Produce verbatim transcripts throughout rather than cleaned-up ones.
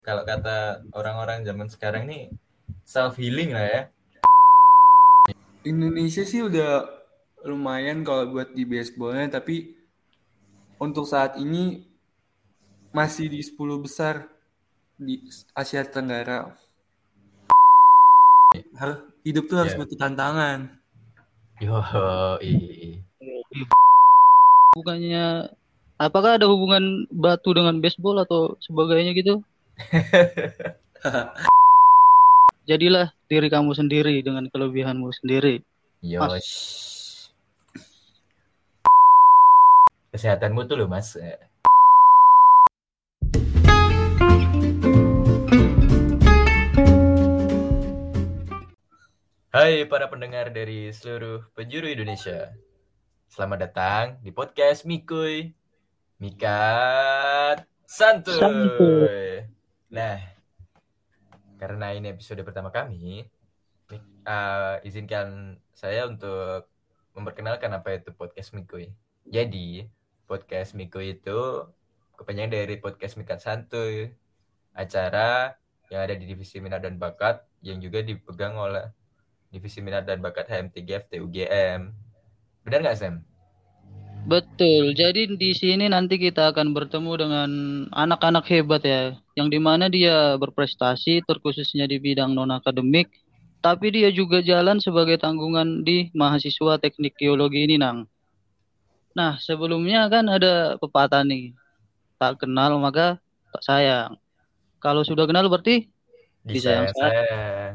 Kalau kata orang-orang zaman sekarang nih self healing lah ya. Indonesia sih udah lumayan kalau buat di baseballnya, tapi untuk saat ini masih di sepuluh besar di Asia Tenggara. Harus hidup tuh harus Ya. butuh tantangan. Yo, i. Bukannya apakah ada hubungan batu dengan baseball atau sebagainya gitu? Jadilah diri kamu sendiri dengan kelebihanmu sendiri. Yo, Mas, shh. Kesehatanmu tuh loh mas. Hai para pendengar dari seluruh penjuru Indonesia. Selamat datang di podcast Mikuy. Mikat santuy. Santuy. Nah, karena ini episode pertama kami, uh, izinkan saya untuk memperkenalkan apa itu podcast Mikuy. Jadi, podcast Mikuy itu kepanjangan dari podcast Mikat Santuy, acara yang ada di Divisi Minat dan Bakat yang juga dipegang oleh Divisi Minat dan Bakat H M tiga F T U G M. Benar nggak, Sam? Betul. Jadi di sini nanti kita akan bertemu dengan anak-anak hebat ya, yang dimana dia berprestasi terkhususnya di bidang non akademik, tapi dia juga jalan sebagai tanggungan di mahasiswa teknik geologi ini, Nang. Nah, sebelumnya kan ada pepatah nih, tak kenal maka tak sayang. Kalau sudah kenal berarti disayang sayang. Disayang-sayang.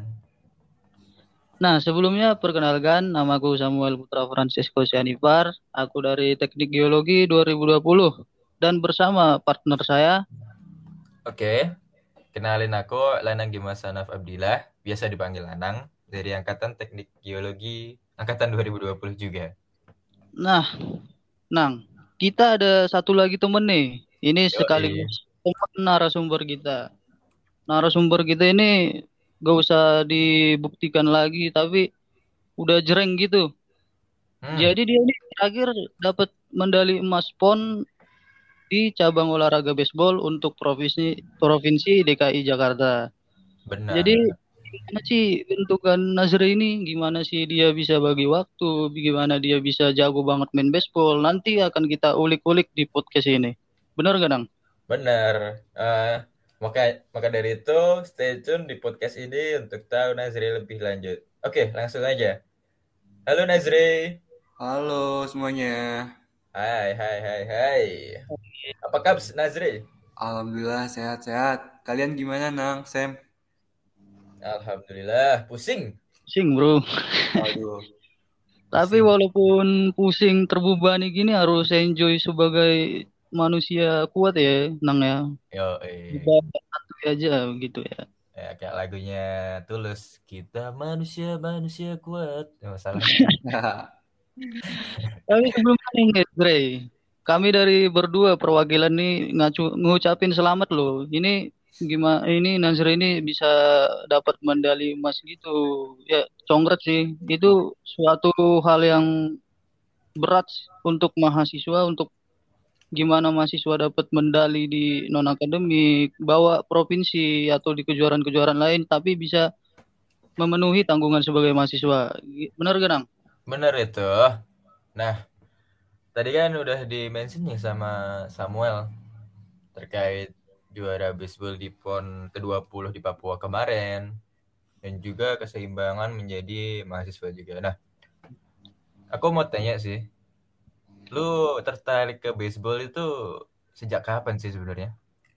Nah, sebelumnya perkenalkan, namaku Samuel Putra Francisco Sianipar. Aku dari Teknik Geologi dua ribu dua puluh dan bersama partner saya. Oke, kenalin aku Lanang Dimas Sanaf Abdillah, biasa dipanggil Lanang, dari Angkatan Teknik Geologi Angkatan dua ribu dua puluh juga. Nah, Nang, kita ada satu lagi temen nih. Ini Yoi. sekaligus teman narasumber kita. Narasumber kita ini gak usah dibuktikan lagi, tapi udah jereng gitu. Hmm, Jadi dia ini terakhir dapat medali emas PON di cabang olahraga baseball untuk provinsi provinsi D K I Jakarta. Jadi benar. gimana sih bentukan Nazri ini? Gimana sih dia bisa bagi waktu? Gimana dia bisa jago banget main baseball? Nanti akan kita ulik-ulik di podcast ini. Benar gak, Nang? Benar. Eh, maka maka dari itu stay tune di podcast ini untuk tahu Nazri lebih lanjut. Oke, langsung aja. Halo Nazri. Halo semuanya. Hai, hai, hai, hai. Apa kabar Nazri? Alhamdulillah sehat-sehat. Kalian gimana, Nang, Sam? Alhamdulillah, pusing. Pusing, bro. Aduh. Tapi Pusing. walaupun pusing terbebani gini harus enjoy sebagai manusia kuat ya, Nang ya. Yo, eh. Ibadah santuy aja gitu ya. Ya, kayak lagunya Tulus. Kita manusia-manusia kuat. Ya, masalahnya. Tapi sebelumnya nih, Dre, kami dari berdua perwakilan nih ngacu, ngucapin selamat loh. Ini gimana? Ini Nazri ini bisa dapat medali emas gitu. Ya, congrat sih. Itu suatu hal yang berat untuk mahasiswa, untuk gimana mahasiswa dapat medali di non akademik, bawa provinsi atau di kejuaraan-kejuaraan lain, tapi bisa memenuhi tanggungan sebagai mahasiswa. Benar gak, Nang? Bener itu. Nah, tadi kan udah di-mention nih sama Samuel terkait juara baseball di PON ke dua puluh di Papua kemarin. Dan juga keseimbangan menjadi mahasiswa juga. Nah, aku mau tanya sih. Lu tertarik ke baseball itu sejak kapan sih sebenarnya?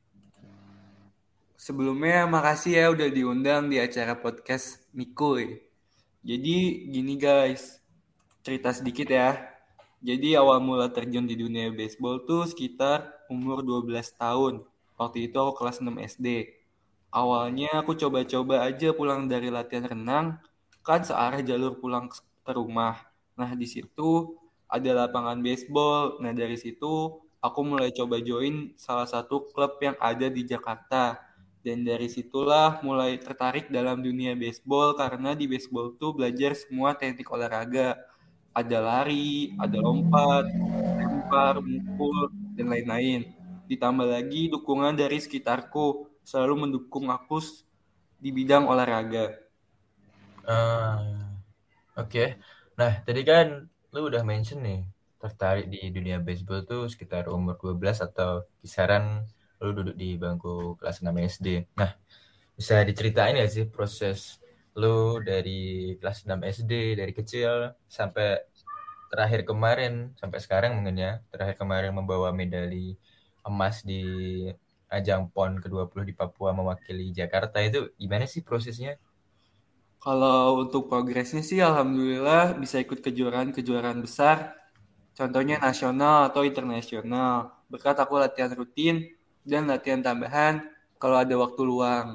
Sebelumnya makasih ya udah diundang di acara podcast Mikuy. Jadi gini guys, cerita sedikit ya. Jadi awal mula terjun di dunia baseball tuh sekitar umur dua belas tahun. Waktu itu aku kelas enam S D. Awalnya aku coba-coba aja pulang dari latihan renang, kan searah jalur pulang ke rumah. Nah, di situ ada lapangan baseball. Nah, dari situ aku mulai coba join salah satu klub yang ada di Jakarta. Dan dari situlah mulai tertarik dalam dunia baseball karena di baseball tuh belajar semua teknik olahraga. Ada lari, ada lompat, lempar, mukul, dan lain-lain. Ditambah lagi dukungan dari sekitarku selalu mendukung aku di bidang olahraga. Uh, Oke, okay. Nah tadi kan lu udah mention nih tertarik di dunia baseball tuh sekitar umur dua belas atau kisaran lu duduk di bangku kelas enam S D. Nah bisa diceritain ya sih proses lu dari kelas enam S D dari kecil sampai terakhir kemarin sampai sekarang mungkin ya terakhir kemarin membawa medali emas di ajang PON ke dua puluh di Papua mewakili Jakarta itu gimana sih prosesnya? Kalau untuk progresnya sih alhamdulillah bisa ikut kejuaraan-kejuaraan besar, contohnya nasional atau internasional. Berkat aku latihan rutin dan latihan tambahan kalau ada waktu luang.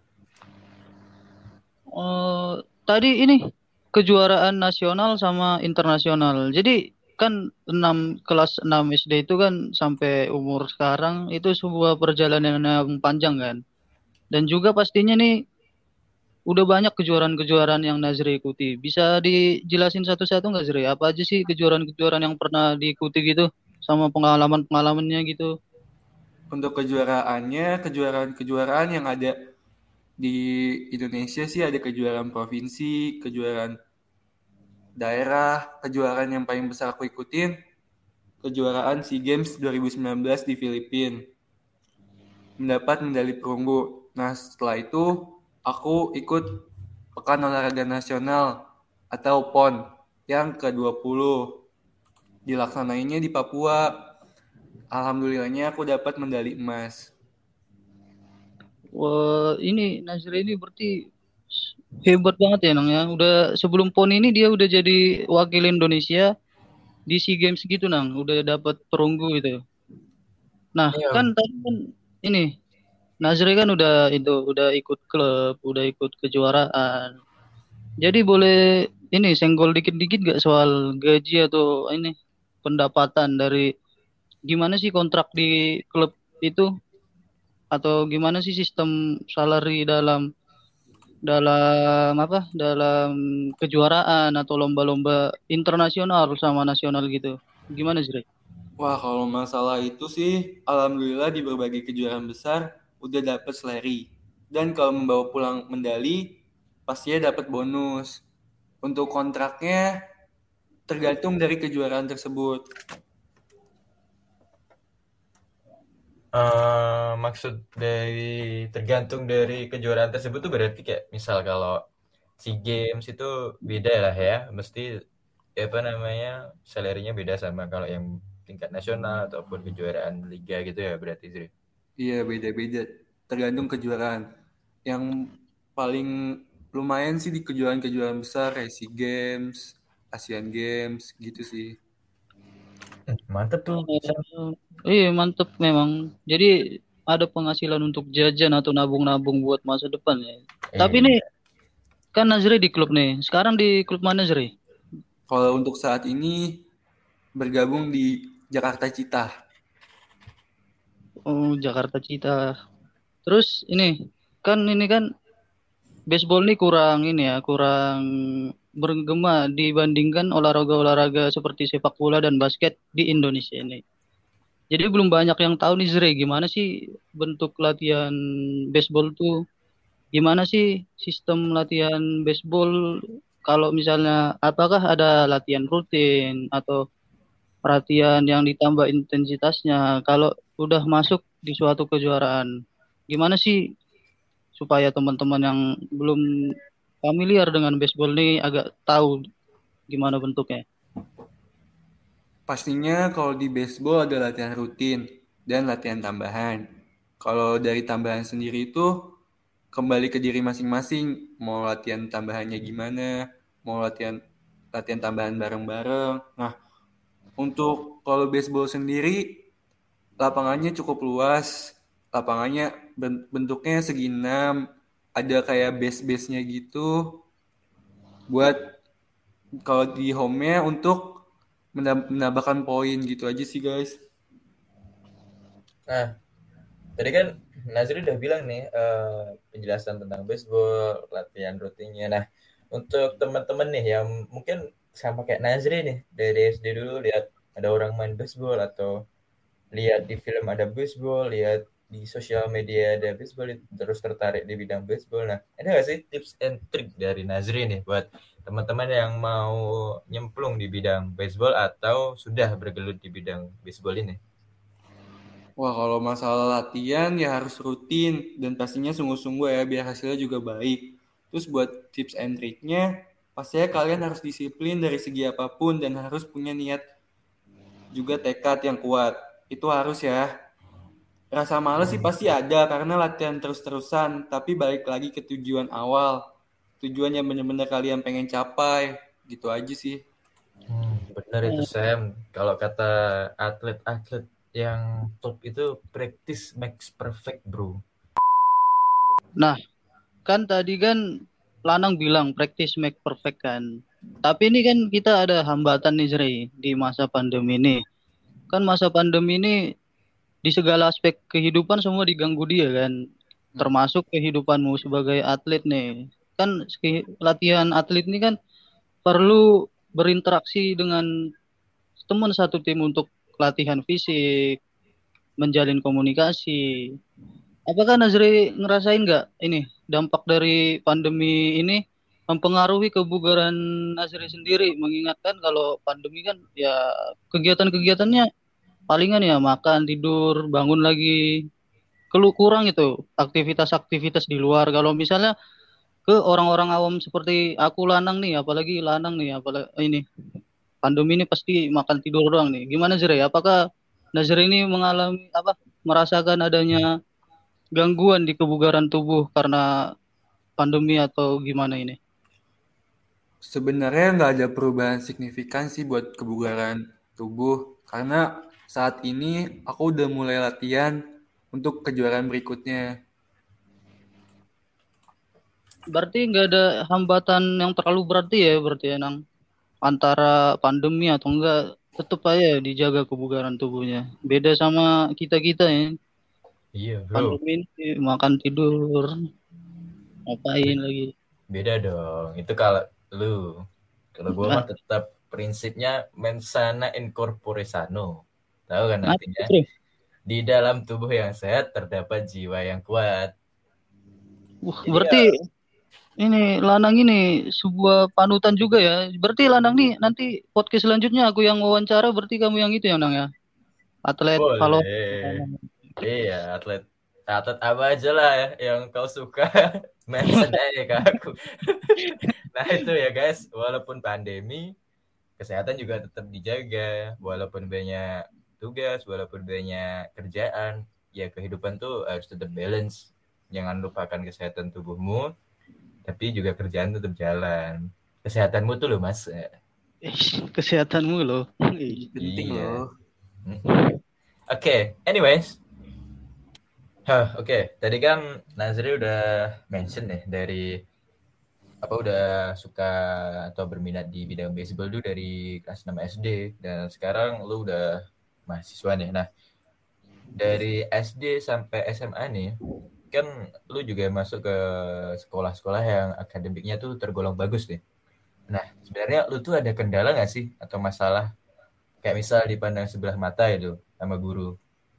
Oh, tadi ini kejuaraan nasional sama internasional. Jadi kan enam kelas enam S D itu kan sampai umur sekarang itu sebuah perjalanan yang panjang kan. Dan juga pastinya nih udah banyak kejuaraan-kejuaraan yang Nazri ikuti. Bisa dijelasin satu-satu nggak Zri? Apa aja sih kejuaraan-kejuaraan yang pernah diikuti gitu sama pengalaman-pengalamannya gitu? Untuk kejuaraannya, kejuaraan-kejuaraan yang ada di Indonesia sih ada kejuaraan provinsi, kejuaraan daerah, kejuaraan yang paling besar aku ikutin, kejuaraan SEA Games dua ribu sembilan belas di Filipina. Mendapat medali perunggu. Nah, setelah itu aku ikut Pekan Olahraga Nasional atau PON yang ke dua puluh. Dilaksanainnya di Papua. Alhamdulillahnya aku dapat medali emas. Wah, ini Nazri ini berarti hebat banget ya Nang ya. Udah sebelum PON ini dia udah jadi wakil Indonesia di SEA Games gitu Nang. Udah dapat perunggu gitu. Nah, Iya. kan tadi kan ini Nazri kan udah itu udah ikut klub, udah ikut kejuaraan. Jadi boleh ini senggol dikit-dikit gak soal gaji atau ini pendapatan dari gimana sih kontrak di klub itu atau gimana sih sistem salary dalam dalam apa dalam kejuaraan atau lomba-lomba internasional sama nasional gitu. Gimana sih? Wah, kalau masalah itu sih alhamdulillah di berbagai kejuaraan besar udah dapat salary. Dan kalau membawa pulang medali pastinya dapat bonus. Untuk kontraknya tergantung dari kejuaraan tersebut. Uh, maksud dari tergantung dari kejuaraan tersebut tuh berarti kayak misal kalau SEA Games itu beda lah ya, mesti apa namanya salary-nya beda sama kalau yang tingkat nasional ataupun kejuaraan liga gitu ya berarti Zri. Iya, beda-beda. Tergantung kejuaraan. Yang paling lumayan sih di kejuaraan-kejuaraan besar kayak SEA Games, Asian Games gitu sih. Hmm, mantep tuh. Oh, iya mantep memang. Jadi ada penghasilan untuk jajan atau nabung-nabung buat masa depan ya. Tapi Iya. nih kan Nazri di klub nih. Sekarang di klub mana Nazri? Kalau untuk saat ini bergabung di Jakarta Cita. Oh, Jakarta Cita. Terus ini kan ini kan baseball nih kurang ini ya, kurang bergema dibandingkan olahraga-olahraga seperti sepak bola dan basket di Indonesia ini. Jadi belum banyak yang tahu nih Zre, gimana sih bentuk latihan baseball tuh? Gimana sih sistem latihan baseball? Kalau misalnya apakah ada latihan rutin atau perhatian yang ditambah intensitasnya kalau udah masuk di suatu kejuaraan? Gimana sih supaya teman-teman yang belum familiar dengan baseball ini agak tahu gimana bentuknya? Pastinya kalau di baseball ada latihan rutin dan latihan tambahan. Kalau dari tambahan sendiri itu kembali ke diri masing-masing. Mau latihan tambahannya gimana, mau latihan latihan tambahan bareng-bareng. Nah, untuk kalau baseball sendiri lapangannya cukup luas. Lapangannya bentuknya segi enam, ada kayak base-base-nya gitu. Buat kalau di home-nya untuk menambahkan poin gitu aja sih guys. Nah, tadi kan Nazri udah bilang nih uh, penjelasan tentang baseball, latihan rutinnya. Nah, untuk teman-teman nih yang mungkin sama kayak Nazri nih dari S D dulu lihat ada orang main baseball atau lihat di film ada baseball, lihat di sosial media ada baseball terus tertarik di bidang baseball. Nah, ada nggak sih tips and trick dari Nazri nih buat teman-teman yang mau nyemplung di bidang baseball atau sudah bergelut di bidang baseball ini? Wah, kalau masalah latihan ya harus rutin dan pastinya sungguh-sungguh ya biar hasilnya juga baik. Terus buat tips and triknya, pastinya kalian harus disiplin dari segi apapun dan harus punya niat juga tekad yang kuat. Itu harus ya. Rasa males sih pasti ada karena latihan terus-terusan, tapi balik lagi ke tujuan awal. Tujuan yang benar-benar kalian pengen capai. Gitu aja sih. Hmm, benar itu Sam. Kalau kata atlet-atlet yang top itu practice makes perfect, bro. Nah, kan tadi kan Lanang bilang practice make perfect kan. Tapi ini kan kita ada hambatan nih Zray di masa pandemi ini. Kan masa pandemi ini di segala aspek kehidupan semua diganggu dia kan. Termasuk kehidupanmu sebagai atlet nih. Kan latihan atlet ini kan perlu berinteraksi dengan teman satu tim untuk latihan fisik, menjalin komunikasi. Apakah Nazri ngerasain nggak ini dampak dari pandemi ini mempengaruhi kebugaran Nazri sendiri? Mengingatkan kalau pandemi kan ya kegiatan-kegiatannya palingan ya makan, tidur, bangun lagi. Kelu kurang itu aktivitas-aktivitas di luar. Kalau misalnya ke orang-orang awam seperti aku Lanang nih, apalagi Lanang nih, apalagi ini pandemi ini pasti makan tidur doang nih. Gimana Zre? Apakah Nazri ini mengalami apa merasakan adanya gangguan di kebugaran tubuh karena pandemi atau gimana ini? Sebenarnya nggak ada perubahan signifikan sih buat kebugaran tubuh karena saat ini aku udah mulai latihan untuk kejuaraan berikutnya. Berarti nggak ada hambatan yang terlalu berarti ya berarti ya Nang antara pandemi atau enggak tetap aja dijaga kebugaran tubuhnya. Beda sama kita-kita ya. Iya, bro. Pandemi ini makan tidur ngapain lagi? Beda dong. Itu kalau lu. Kalau gue mah tetap prinsipnya mens sana in corpore sano. Tahu kan artinya? Di dalam tubuh yang sehat terdapat jiwa yang kuat. Wah, berarti ya, ini Lanang ini sebuah panutan juga ya. Berarti Lanang nih nanti podcast selanjutnya aku yang wawancara, berarti kamu yang itu ya Nang ya? Atlet kalau iya, atlet atlet apa aja lah ya yang kau suka. Mention aja ke aku. Nah itu ya guys, walaupun pandemi, kesehatan juga tetap dijaga. Walaupun banyak tugas, walaupun banyak kerjaan, ya kehidupan tuh harus tetap balance. Jangan lupakan kesehatan tubuhmu, tapi juga kerjaan tetap jalan. Kesehatanmu tuh loh mas. Kesehatanmu loh. Penting iya. loh. Oke, okay. Anyways. Huh, Oke, okay. Tadi kan Nazri udah mention nih dari apa udah suka atau berminat di bidang baseball dulu dari kelas enam S D dan sekarang lu udah mahasiswa nih. Nah, dari S D sampai S M A nih, kan lu juga masuk ke sekolah-sekolah yang akademiknya tuh tergolong bagus nih. Nah, sebenarnya lu tuh ada kendala nggak sih atau masalah kayak misal dipandang sebelah mata itu sama guru?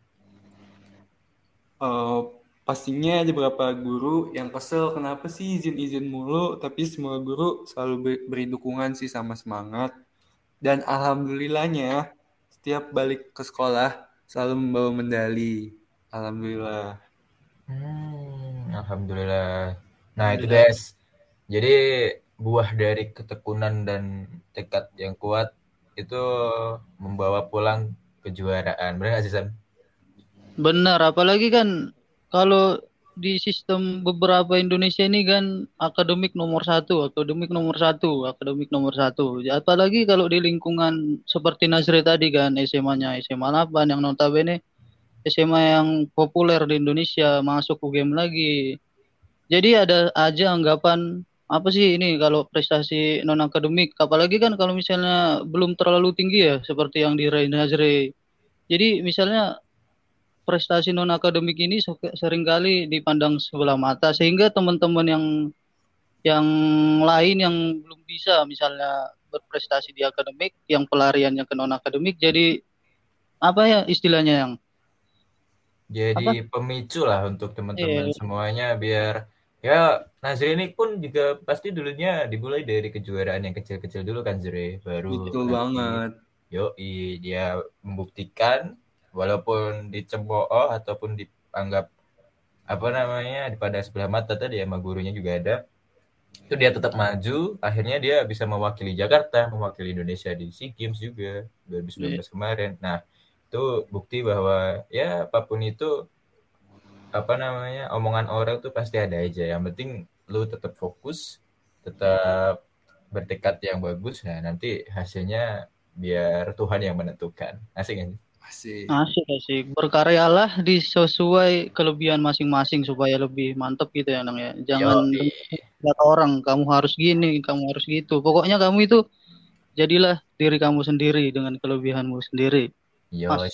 Uh, pastinya ada beberapa guru yang kesel kenapa sih izin-izin mulu, tapi semua guru selalu beri dukungan sih sama semangat. Dan alhamdulillahnya setiap balik ke sekolah selalu membawa medali. Alhamdulillah. Hmm, alhamdulillah. Nah itu guys, jadi buah dari ketekunan dan tekad yang kuat itu membawa pulang kejuaraan. Benar nggak sih Sam? Benar, apalagi kan kalau di sistem beberapa Indonesia ini kan akademik nomor satu, akademik nomor satu, akademik nomor satu. Apalagi kalau di lingkungan seperti Nazri tadi kan S M A-nya S M A delapan yang notabene S M A yang populer di Indonesia masuk U G M lagi. Jadi ada aja anggapan apa sih ini kalau prestasi non akademik, apalagi kan kalau misalnya belum terlalu tinggi ya seperti yang diraih Nazri. Jadi misalnya prestasi non akademik ini seringkali dipandang sebelah mata sehingga teman-teman yang yang lain yang belum bisa misalnya berprestasi di akademik yang pelariannya ke non akademik jadi apa ya istilahnya yang jadi pemicu lah untuk teman-teman Iya. semuanya biar ya Nazri ini pun juga pasti dulunya dimulai dari kejuaraan yang kecil-kecil dulu kan Zre, baru Betul nanti banget. yoi dia membuktikan walaupun dicemooh ataupun dianggap apa namanya pada sebelah mata tadi sama gurunya juga ada, itu dia tetap maju, akhirnya dia bisa mewakili Jakarta, mewakili Indonesia di SEA Games juga dua ribu sembilan belas kemarin. Nah, itu bukti bahwa ya apapun itu apa namanya omongan orang tuh pasti ada aja. Yang penting lu tetap fokus, tetap bertekad yang bagus. Nah, nanti hasilnya biar Tuhan yang menentukan. Asik kan? Asik. Asik asik. Berkaryalah disesuai kelebihan masing-masing supaya lebih mantep gitu ya Nang ya. Jangan Yo, lihat orang, kamu harus gini, kamu harus gitu. Pokoknya kamu itu jadilah diri kamu sendiri dengan kelebihanmu sendiri. yo. Mas.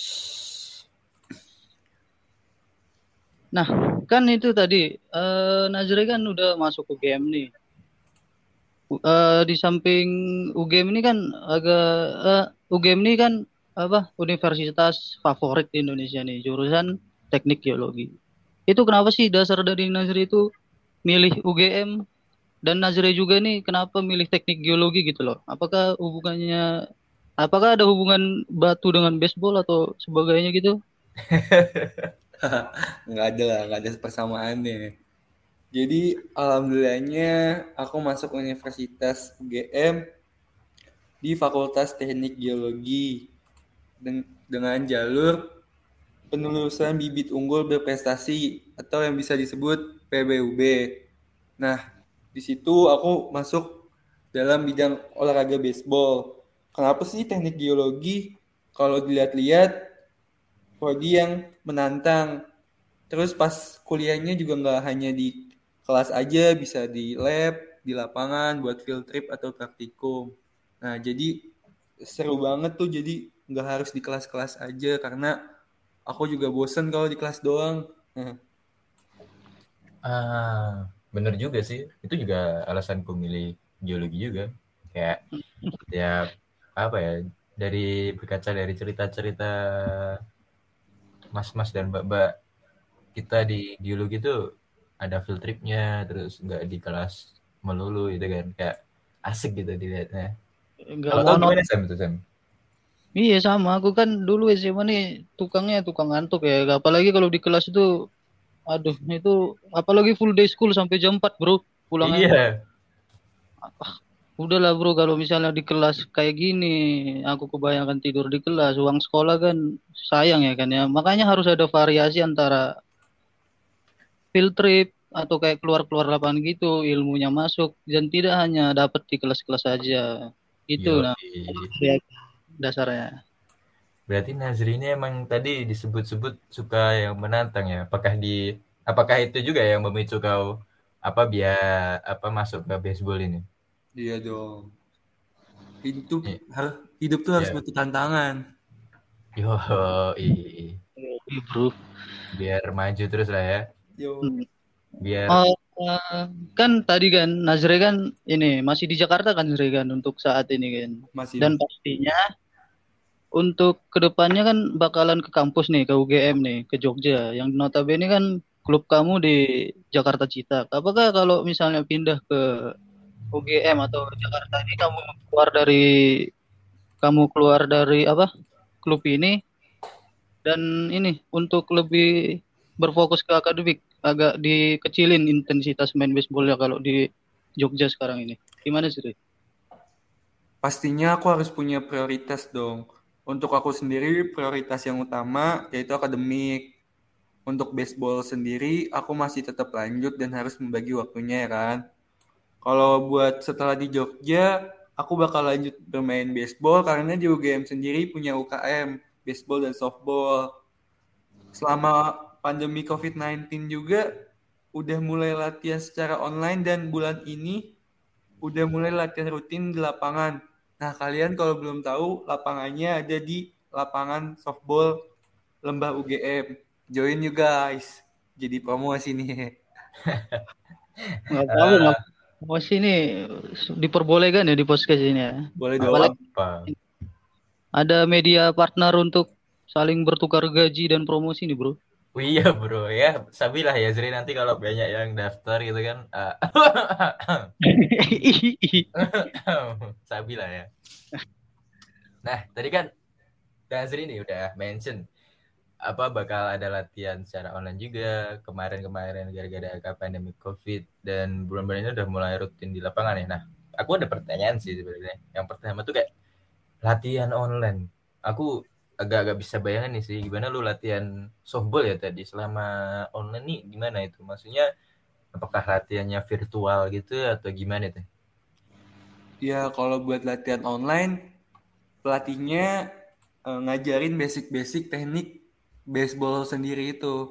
Nah, kan itu tadi eh, Nazri kan udah masuk U G M nih. Eh, di samping U G M ini kan agak eh, U G M ini kan apa universitas favorit di Indonesia nih, jurusan teknik geologi. Itu kenapa sih dasar dari Nazri itu milih U G M dan Nazri juga nih kenapa milih teknik geologi gitu loh? Apakah hubungannya apakah ada hubungan batu dengan baseball atau sebagainya gitu? Nggak ada lah, nggak ada persamaannya. Jadi alhamdulillahnya aku masuk Universitas U G M di Fakultas Teknik Geologi dengan jalur penelusuran bibit unggul berprestasi atau yang bisa disebut P B U B. Nah, di situ aku masuk dalam bidang olahraga baseball. Kenapa sih teknik geologi? Kalau dilihat-lihat, prodi yang menantang. Terus pas kuliahnya juga nggak hanya di kelas aja, bisa di lab, di lapangan, buat field trip atau praktikum. Nah, jadi seru banget tuh, jadi nggak harus di kelas-kelas aja, karena aku juga bosen kalau di kelas doang. Nah. Ah, bener juga sih. Itu juga alasanku milih geologi juga. Kayak ya apa ya, dari berkaca dari cerita-cerita mas-mas dan mbak-mbak kita di geologi itu ada field tripnya, terus nggak di kelas melulu gitu kan, kayak asik gitu dilihatnya. Enggak Kalau kau monoton. gimana Sam itu Sam? Iya sama, aku kan dulu S M A nih tukangnya tukang ngantuk ya. Apalagi kalau di kelas itu, aduh itu apalagi full day school sampai jam empat bro pulangnya. Iya. Ah, udahlah bro kalau misalnya di kelas kayak gini, aku kebanyakan tidur di kelas. Uang sekolah kan sayang ya kan ya. Makanya harus ada variasi antara field trip atau kayak keluar-keluar lapangan gitu, ilmunya masuk dan tidak hanya dapat di kelas-kelas saja. Gitu Yo, nah ya, dasarnya. berarti Nazri ini emang tadi disebut-sebut suka yang menantang ya. Apakah di apakah itu juga yang memicu kau apa biar apa masuk ke baseball ini? Iya dong. Hidup Iya. harus hidup tuh harus Ya. butuh tantangan. Yo, i. Iya, bro. Biar maju terus lah ya. Yo. Hmm. Biar Oh, uh, kan tadi kan Nazre kan ini masih di Jakarta kan Nazre kan untuk saat ini kan. Masih Dan masih. pastinya untuk kedepannya kan bakalan ke kampus nih, ke U G M nih, ke Jogja. Yang notabene kan klub kamu di Jakarta Citak. Apakah kalau misalnya pindah ke U G M atau Jakarta ini kamu keluar dari kamu keluar dari apa klub ini dan ini untuk lebih berfokus ke akademik agak dikecilin intensitas main baseball ya kalau di Jogja sekarang ini. Gimana sih? Pastinya aku harus punya prioritas dong. Untuk aku sendiri prioritas yang utama yaitu akademik. Untuk baseball sendiri aku masih tetap lanjut dan harus membagi waktunya ya kan. Kalau buat setelah di Jogja, aku bakal lanjut bermain baseball karena di U G M sendiri punya U K M, baseball dan softball. Selama pandemi covid sembilan belas juga udah mulai latihan secara online dan bulan ini udah mulai latihan rutin di lapangan. Nah, kalian kalau belum tahu, lapangannya ada di lapangan softball Lembah U G M. Join you guys. Jadi promosi nih. Nggak tahu uh, nggak promosi ini diperbolehkan ya di podcast ini ya. Boleh dong. Apalagi apa? ada media partner untuk saling bertukar gaji dan promosi nih bro. Oh iya bro ya, sabilah ya Zri nanti kalau banyak yang daftar gitu kan. Uh, sabilah ya. Nah tadi kan Zri nih udah mention apa bakal ada latihan secara online juga kemarin-kemarin gara-gara pandemi COVID dan bulan-bulan ini udah mulai rutin di lapangan ya. Nah, aku ada pertanyaan sih sebenarnya. Yang pertama tuh kayak latihan online. Aku agak-agak bisa bayangin nih sih gimana lu latihan softball ya tadi selama online nih gimana itu? Maksudnya apakah latihannya virtual gitu atau gimana tuh? Ya kalau buat latihan online, pelatihnya eh, ngajarin basic-basic teknik baseball sendiri itu.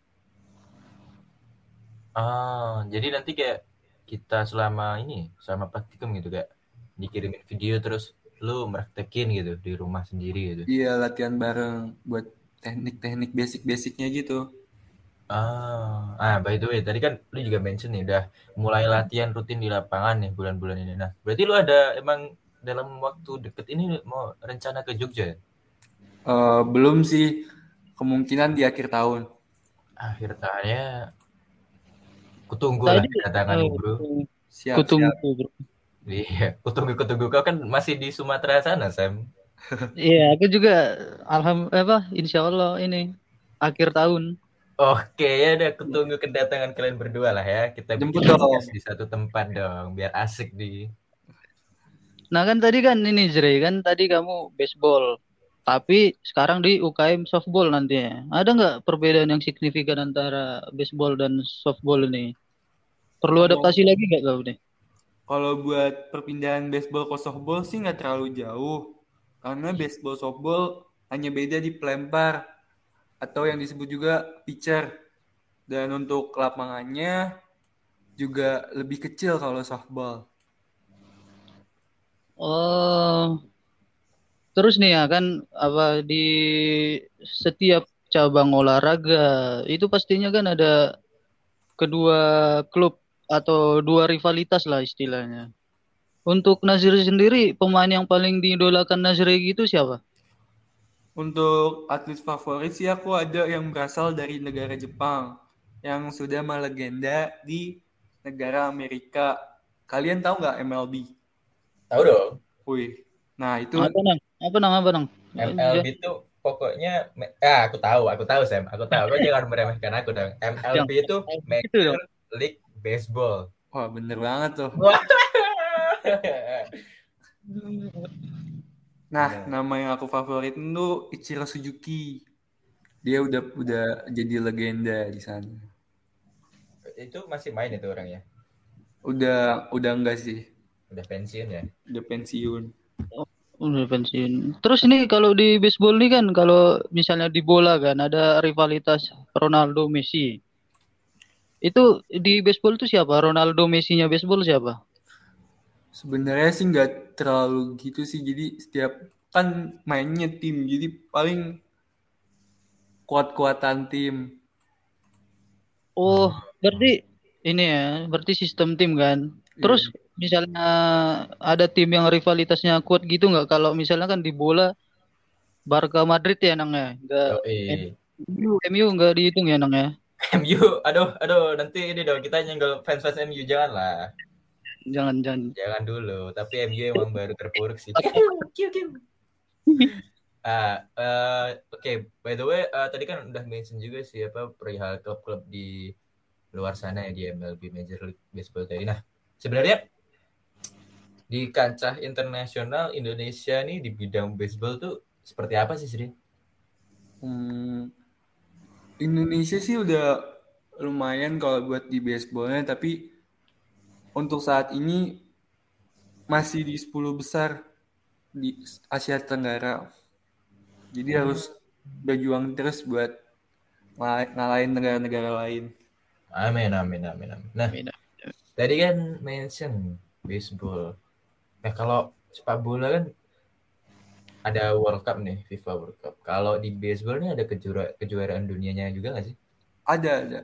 Ah, jadi nanti kayak kita selama ini, selama praktikum gitu kayak dikirimin video terus lu meraktekin gitu di rumah sendiri gitu. Iya latihan bareng buat teknik-teknik basic-basicnya gitu. Ah, ah by the way tadi kan lu juga mention nih udah mulai latihan rutin di lapangan nih bulan-bulan ini. Nah, berarti lu ada emang dalam waktu deket ini mau rencana ke Jogja ya? Eh, belum sih, kemungkinan di akhir tahun. Akhir tahunnya kutunggu lah Tadi kedatangan nih bro. eh, Siap-siap. kutunggu bro. Iya, kutunggu kutunggu kau kan masih di Sumatera sana Sam. Iya, aku juga alham apa insya Allah ini akhir tahun. Oke, ya udah kutunggu kedatangan kalian berdua lah ya. Kita bikin Jemput dong. podcast di satu tempat dong, biar asik di. Nah kan tadi kan ini Zre kan tadi kamu baseball, tapi sekarang di U K M softball nantinya. Ada nggak perbedaan yang signifikan antara baseball dan softball ini? Perlu Kalau adaptasi lagi nggak kau nih? kalau buat perpindahan baseball ke softball sih nggak terlalu jauh. Karena baseball softball hanya beda di pelempar atau yang disebut juga pitcher. Dan untuk lapangannya juga lebih kecil kalau softball. Oh, terus nih ya kan apa di setiap cabang olahraga itu pastinya kan ada kedua klub atau dua rivalitas lah istilahnya. Untuk Nazri sendiri, pemain yang paling diidolakan Nazri gitu siapa? Untuk atlet favorit sih aku ada yang berasal dari negara Jepang yang sudah melegenda di negara Amerika. Kalian tahu nggak M L B? Tahu dong, Wih, nah itu Apa nang? Apa nang? Apa nang? Eh, M L B itu pokoknya, ah aku tahu, aku tahu Sam, aku tahu. Kau jangan meremehkan aku dong. Yang M L B itu itu Major dong. League Baseball. wah bener banget tuh. Wah. Nah, Nah, nama yang aku favorit itu Ichiro Suzuki. Dia udah udah jadi legenda di sana. itu masih main itu orangnya, Udah udah enggak sih, udah pensiun ya. udah pensiun. Oh, udah pensiun. Terus ini kalau di baseball nih kan, kalau misalnya di bola kan ada rivalitas Ronaldo Messi. Itu di baseball tuh siapa? Ronaldo Messi-nya baseball siapa? Sebenarnya sih nggak terlalu gitu sih. Jadi setiap kan mainnya tim, jadi paling kuat-kuatan tim. Oh, berarti ini ya, berarti sistem tim kan. Terus Iya. misalnya ada tim yang rivalitasnya kuat gitu nggak? Kalau misalnya kan di bola Barca Madrid ya nangnya, nggak Oh, eh. M U, M U nggak dihitung ya nangnya. M U, aduh, aduh, nanti ini dong kita nyenggol fans-fans M U jangan lah, Jangan jangan. jangan dulu. Tapi M U emang baru terpuruk sih. Ah, eh, oke, by the way, eh, tadi kan udah mention juga sih apa perihal klub-klub di luar sana ya di M L B Major League Baseball tadi. Nah, sebenarnya di kancah internasional Indonesia nih di bidang baseball tuh seperti apa sih, Sri? Hmm, Indonesia sih udah lumayan kalau buat di baseballnya, tapi untuk saat ini masih di sepuluh besar di Asia Tenggara. Jadi Hmm. harus berjuang terus buat ngala- ngalahin negara-negara lain. Amin, amin, amin, amin. Nah, Beda. tadi kan mention baseball. Nah, kalau sepak bola kan ada World Cup nih, FIFA World Cup. Kalau di baseball nih ada kejuara kejuaraan dunianya juga nggak sih? Ada, ada.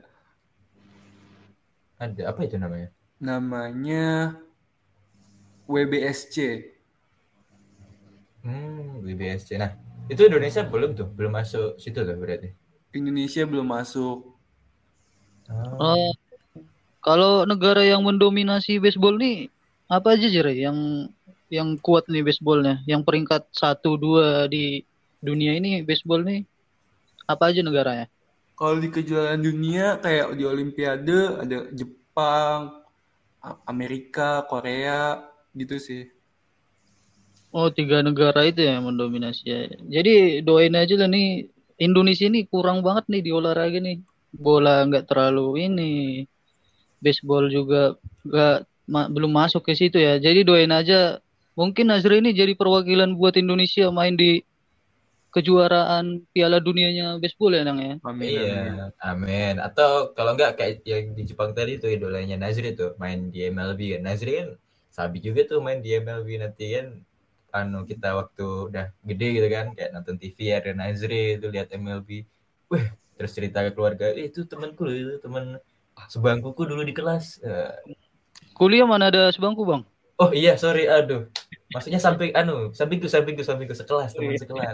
Ada. Apa itu namanya? Namanya W B S C. Hmm, W B S C. Nah, itu Indonesia belum tuh, belum masuk situ tuh berarti. Indonesia belum masuk. Oh. Oh, kalau negara yang mendominasi baseball nih apa aja Jere yang yang kuat nih baseballnya, yang peringkat satu dua di dunia ini baseball nih apa aja negaranya? Kalau di kejuaraan dunia kayak di Olimpiade ada Jepang, A- Amerika, Korea gitu sih. Oh, tiga negara itu yang mendominasi ya. Jadi doain aja lah nih Indonesia ini kurang banget nih di olahraga nih. Bola nggak terlalu ini, baseball juga nggak ma- belum masuk ke situ ya. Jadi doain aja. Mungkin Nazri ini jadi perwakilan buat Indonesia main di kejuaraan Piala Dunianya baseball ya, Nang ya. Amin, Iya, amin. amin. Atau kalau enggak kayak yang di Jepang tadi tuh idolanya Nazri tuh main di M L B kan. Nazri kan sabi juga tuh main di M L B nanti kan anu kita waktu udah gede gitu kan kayak nonton T V ada Nazri itu lihat M L B. Wih, terus cerita ke keluarga, eh, itu temanku loh, itu teman sebangkuku dulu di kelas. Eh, Kuliah mana ada sebangku, Bang? oh iya, sorry, aduh. Maksudnya samping anu, sampingku, sampingku, sampingku sekelas, teman sekelas.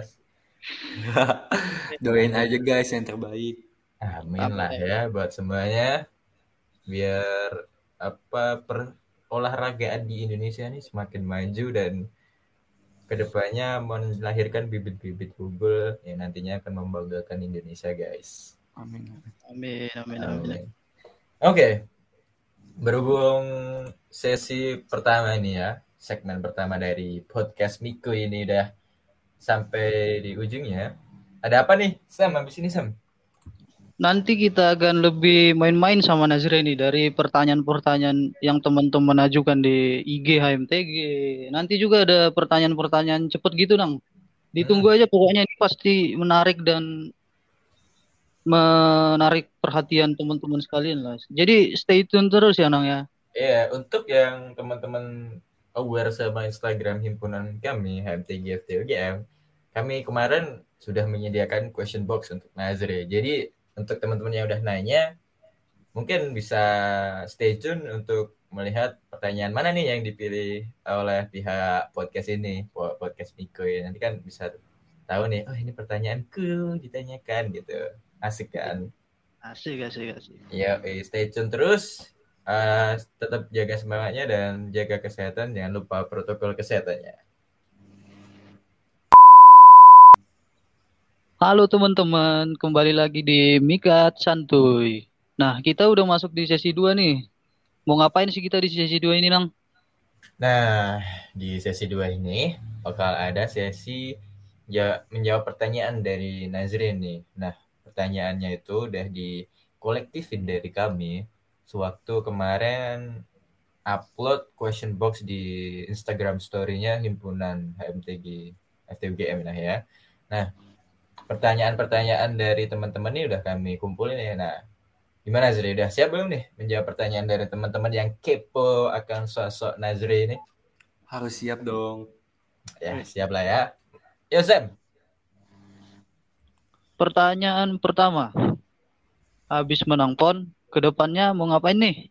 Doain aja guys yang terbaik. Amin lah Amin. ya buat semuanya. Biar apa per olahragaan di Indonesia ini semakin maju dan kedepannya melahirkan bibit-bibit unggul yang nantinya akan membanggakan Indonesia, guys. Amin. Amin, amin, amin. Amin. Oke, berhubung sesi pertama ini ya, segmen pertama dari podcast Miko ini udah sampai di ujungnya. Ada apa nih, Sam? Habis ini, Sam? Nanti kita akan lebih main-main sama Nazri ini dari pertanyaan-pertanyaan yang teman-teman ajukan di I G H M T G. Nanti juga ada pertanyaan-pertanyaan cepet gitu, Nang. Hmm. Ditunggu aja pokoknya ini pasti menarik dan menarik perhatian teman-teman sekalian lah. Jadi stay tune terus ya, Nang ya. Iya, untuk yang teman-teman aware sama Instagram himpunan kami, H M T G F T U G M, kami kemarin sudah menyediakan question box untuk Nazri. Jadi untuk teman-teman yang udah nanya, mungkin bisa stay tune untuk melihat pertanyaan mana nih yang dipilih oleh pihak podcast ini, podcast Miko ya. Nanti kan bisa tahu nih, oh ini pertanyaanku ditanyakan gitu. Asik kan? Asik, asik, asik. Ya, stay tune terus. Uh, tetap jaga semangatnya dan jaga kesehatan. Jangan lupa protokol kesehatannya. Halo teman-teman, kembali lagi di Mikat Santuy. Nah, kita udah masuk di sesi dua nih. Mau ngapain sih kita di sesi dua ini, Nang? Nah, di sesi dua ini bakal ada sesi ya, menjawab pertanyaan dari Nazrin nih. Nah, pertanyaannya itu udah dikolektifin dari kami sewaktu kemarin upload question box di Instagram story-nya himpunan H M T G F T U G M nah ya. Nah, pertanyaan-pertanyaan dari teman-teman ini udah kami kumpulin ya. Nah, gimana Nazri? Udah siap belum nih menjawab pertanyaan dari teman-teman yang kepo akan sosok Nazri ini? Harus siap dong. Ya, siap lah ya. Yo, Sam. Pertanyaan pertama. Habis menang PON, kedepannya mau ngapain nih?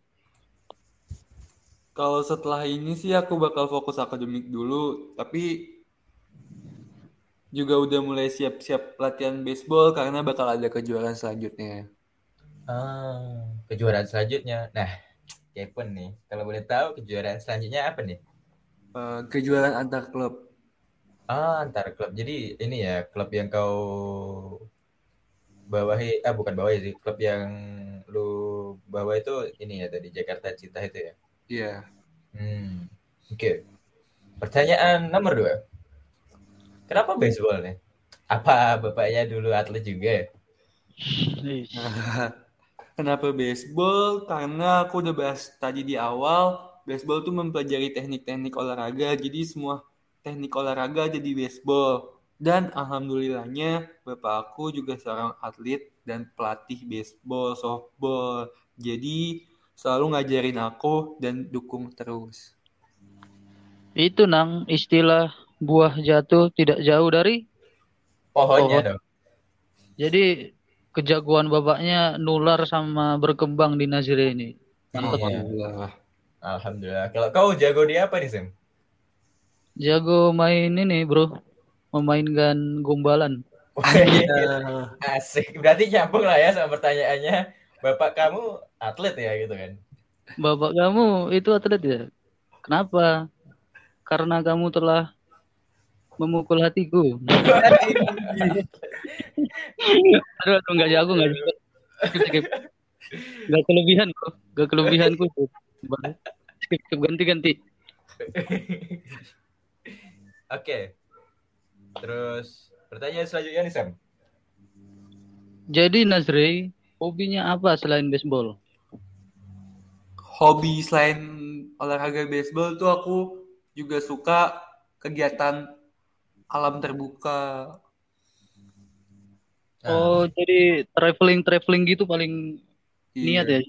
Kalau setelah ini sih aku bakal fokus akademik dulu, tapi juga udah mulai siap-siap latihan baseball karena bakal ada kejuaraan selanjutnya. Ah, kejuaraan selanjutnya. Nah, kepo nih. Kalau boleh tahu kejuaraan selanjutnya apa nih? Uh, kejuaraan antar klub. Ah, antar klub. Jadi ini ya, klub yang kau bawahi, ah bukan bawahi sih, klub yang lu bawa itu ini ya tadi Jakarta Cita itu ya. Iya. Hmm, oke. Okay. Pertanyaan nomor dua. Kenapa baseball nih? Apa bapaknya dulu atlet juga? Kenapa baseball? Karena aku udah bahas tadi di awal, baseball tuh mempelajari teknik-teknik olahraga, jadi semua teknik olahraga ada di baseball. Dan alhamdulillahnya bapak aku juga seorang atlet dan pelatih baseball, softball. Jadi selalu ngajarin aku dan dukung terus. Itu Nang, istilah buah jatuh tidak jauh dari Pohonnya pohon. dong. Jadi kejagoan bapaknya nular sama berkembang di Nazire ini. Mantap. Iya. Alhamdulillah. Alhamdulillah. Kalau kau jago di apa nih, Sam? Jago main ini bro, memainkan gombalan. Anjir. Asik. Berarti nyambung lah ya sama pertanyaannya. Bapak kamu atlet ya gitu kan? Bapak kamu itu atlet ya? Kenapa? Karena kamu telah memukul hatiku. Aduh, aduh nggak jago, nggak jago. Skip, skip. Nggak kelebihan kok, nggak kelebihanku. Skip, skip, ganti, ganti. Oke. Terus pertanyaan selanjutnya nih Sam. Jadi Nazri, hobinya apa selain baseball? Hobi selain olahraga baseball tuh aku juga suka kegiatan alam terbuka. Nah, Oh, jadi traveling traveling gitu paling niat Iya, ya?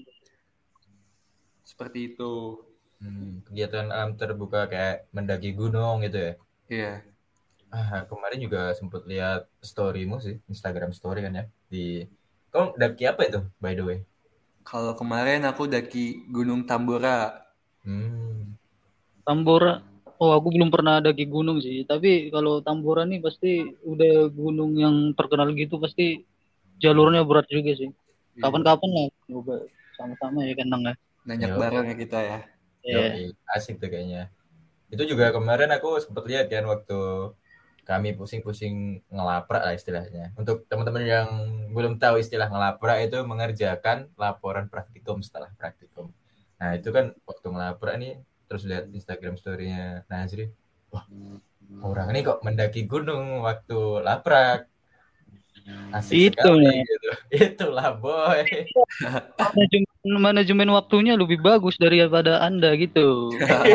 seperti itu. hmm, kegiatan alam terbuka kayak mendaki gunung gitu ya. Iya. Ah, kemarin juga sempat lihat storymu sih, Instagram story kan ya. Di Kamu daki apa itu by the way? Kalau kemarin aku daki Gunung Tambora. Hmm. Tambora. Oh, aku belum pernah daki gunung sih. Tapi kalau Tambora nih pasti udah gunung yang terkenal gitu, pasti jalurnya berat juga sih. Iya. Kapan-kapan lah, coba sama-sama ya kan, Nang ya. Nanyak Yo, bareng ya kita ya. yo, Iya. asik tuh kayaknya. Itu juga kemarin aku sempat lihat kan waktu kami pusing-pusing ngelaprak lah istilahnya. Untuk teman-teman yang belum tahu istilah ngelaprak itu mengerjakan laporan praktikum setelah praktikum. Nah itu kan waktu ngelaprak nih terus lihat Instagram story-nya Nazri. Wah, orang ini kok mendaki gunung waktu laprak. Asik Itu sekali ya. gitu. Itulah boy. Manajemen, manajemen waktunya lebih bagus daripada Anda gitu.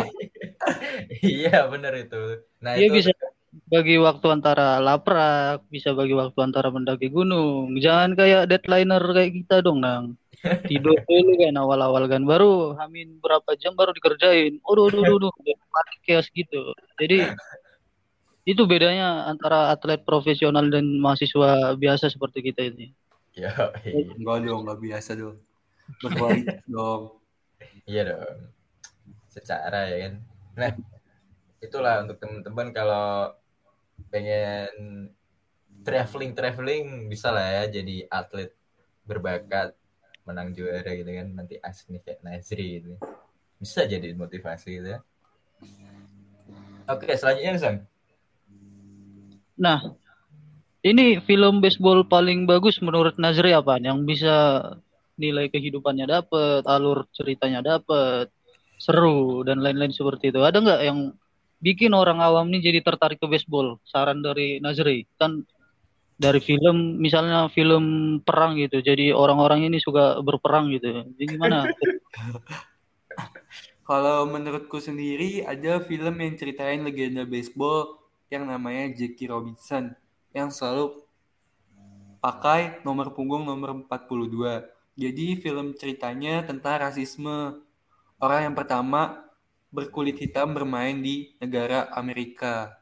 Iya benar itu. Nah Dia itu bisa bagi waktu antara laprak, bisa bagi waktu antara mendaki gunung. Jangan kayak deadlineer kayak kita dong, Nang. Tidur dulu kan awal-awal kan, baru hamin berapa jam baru dikerjain. Aduh, aduh, aduh, aduh. Mati chaos gitu. Jadi itu bedanya antara atlet profesional dan mahasiswa biasa seperti kita ini. ya, Enggak dong, nggak biasa dong. Berkualitas dong. iya dong. Secara ya kan. Nah itulah untuk teman-teman kalau pengen traveling traveling bisa lah ya jadi atlet berbakat menang juara gitu kan nanti asik nih kayak Nazri gitu bisa jadi motivasi gitu ya. Oke selanjutnya Sang. Nah, ini film baseball paling bagus menurut Nazri apa? Yang bisa nilai kehidupannya dapet, alur ceritanya dapet, seru dan lain-lain seperti itu. Ada nggak yang bikin orang awam nih jadi tertarik ke baseball? Saran dari Nazri kan dari film, misalnya film perang gitu. Jadi orang-orang ini suka berperang gitu. Jadi gimana? Kalau menurutku sendiri ada film yang ceritain legenda baseball yang namanya Jackie Robinson yang selalu pakai nomor punggung nomor empat puluh dua. Jadi film ceritanya tentang rasisme. Orang yang pertama berkulit hitam bermain di negara Amerika.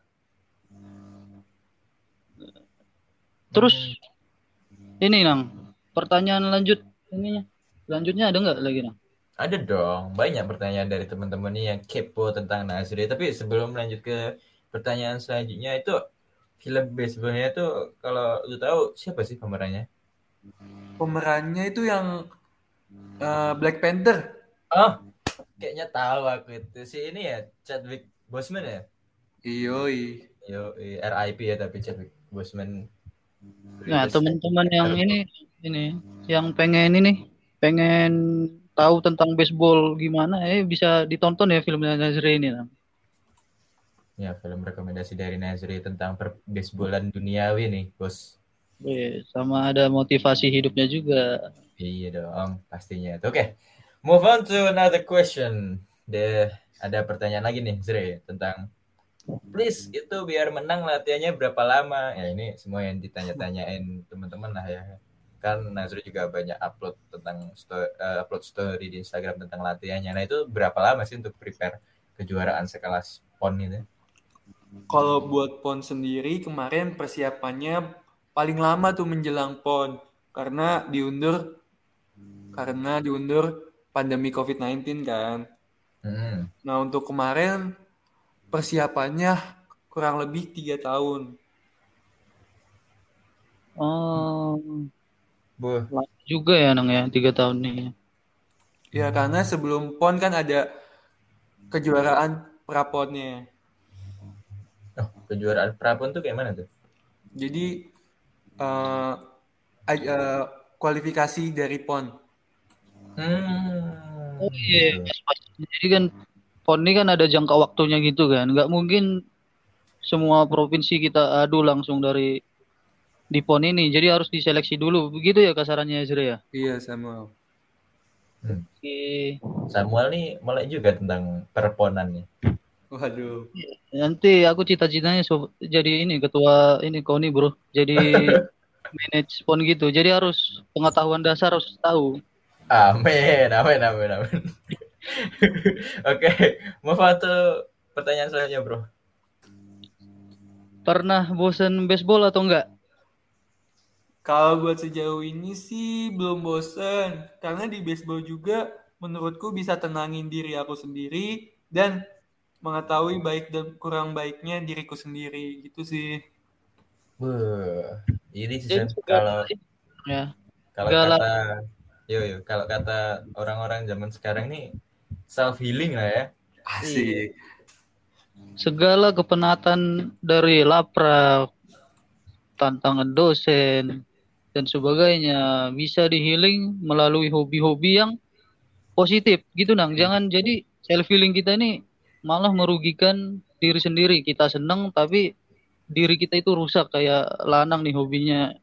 Terus ini Nang, pertanyaan lanjut ininya. Selanjutnya ada nggak lagi Nang? Ada dong banyak pertanyaan dari teman-teman nih yang kepo tentang Nazri tapi sebelum lanjut ke pertanyaan selanjutnya itu film baseballnya tuh kalau lu tahu siapa sih pemerannya? Pemerannya itu yang uh, Black Panther. Oh kayaknya tahu aku itu si ini ya Chadwick Boseman ya. Iyoi. Yo, R I P ya tapi Chadwick Boseman. Nah, Greatest teman-teman yang actor. ini ini yang pengen ini pengen tahu tentang baseball gimana eh bisa ditonton ya filmnya Nazri ini Nang. Ya, film rekomendasi dari Nazri tentang per baseballan duniawi nih, bos. Eh, sama ada motivasi hidupnya juga. Iya dong, pastinya. Oke, move on to another question. Deh, ada pertanyaan lagi nih, Zre, tentang please itu biar menang latihannya berapa lama? Ya ini semua yang ditanya-tanyain teman-teman lah ya. Kan Nazri juga banyak upload tentang story, uh, upload story di Instagram tentang latihannya. Nah itu berapa lama sih untuk prepare kejuaraan sekelas P O N ini? Kalau buat P O N sendiri kemarin persiapannya paling lama tuh menjelang P O N karena diundur karena diundur pandemi covid sembilan belas kan. Hmm. Nah untuk kemarin persiapannya kurang lebih tiga tahun. Oh, Buh. lama juga ya Nang ya, tiga tahun nih. Ya karena sebelum PON kan ada kejuaraan praponnya. Oh, kejuaraan prapon tuh kayak mana tuh? Jadi eh, aj- eh, kualifikasi dari PON. Hmm, Oh iya, gitu. pas pas. Jadi kan PON ini kan ada jangka waktunya gitu kan. Nggak mungkin semua provinsi kita adu langsung dari di PON ini. Jadi harus diseleksi dulu. Begitu ya kasarannya Ezra ya. Iya Samuel. Hmm. Oke. Samuel nih mulai juga tentang perponan nih. Waduh. Nanti aku cita-citanya so- jadi ini ketua ini KONI bro. Jadi manage PON gitu. Jadi harus pengetahuan dasar harus tahu. Amin, amin, amin, amin. Oke, mau foto pertanyaan selanjutnya, bro. Pernah bosen baseball atau enggak? Kalau buat sejauh ini sih belum bosen. Karena di baseball juga menurutku bisa tenangin diri aku sendiri dan mengetahui baik dan kurang baiknya diriku sendiri gitu sih. Buh, ini sih Jadi Sam. segala Kalau ya, kalau segala kata yo yo, kalau kata orang-orang zaman sekarang nih self healing lah ya. iya, Asik. segala kepenatan dari lapra, tantangan dosen dan sebagainya bisa di-healing melalui hobi-hobi yang positif gitu Nang. Jangan jadi self healing kita ini malah merugikan diri sendiri. Kita seneng tapi diri kita itu rusak kayak Lanang nih hobinya.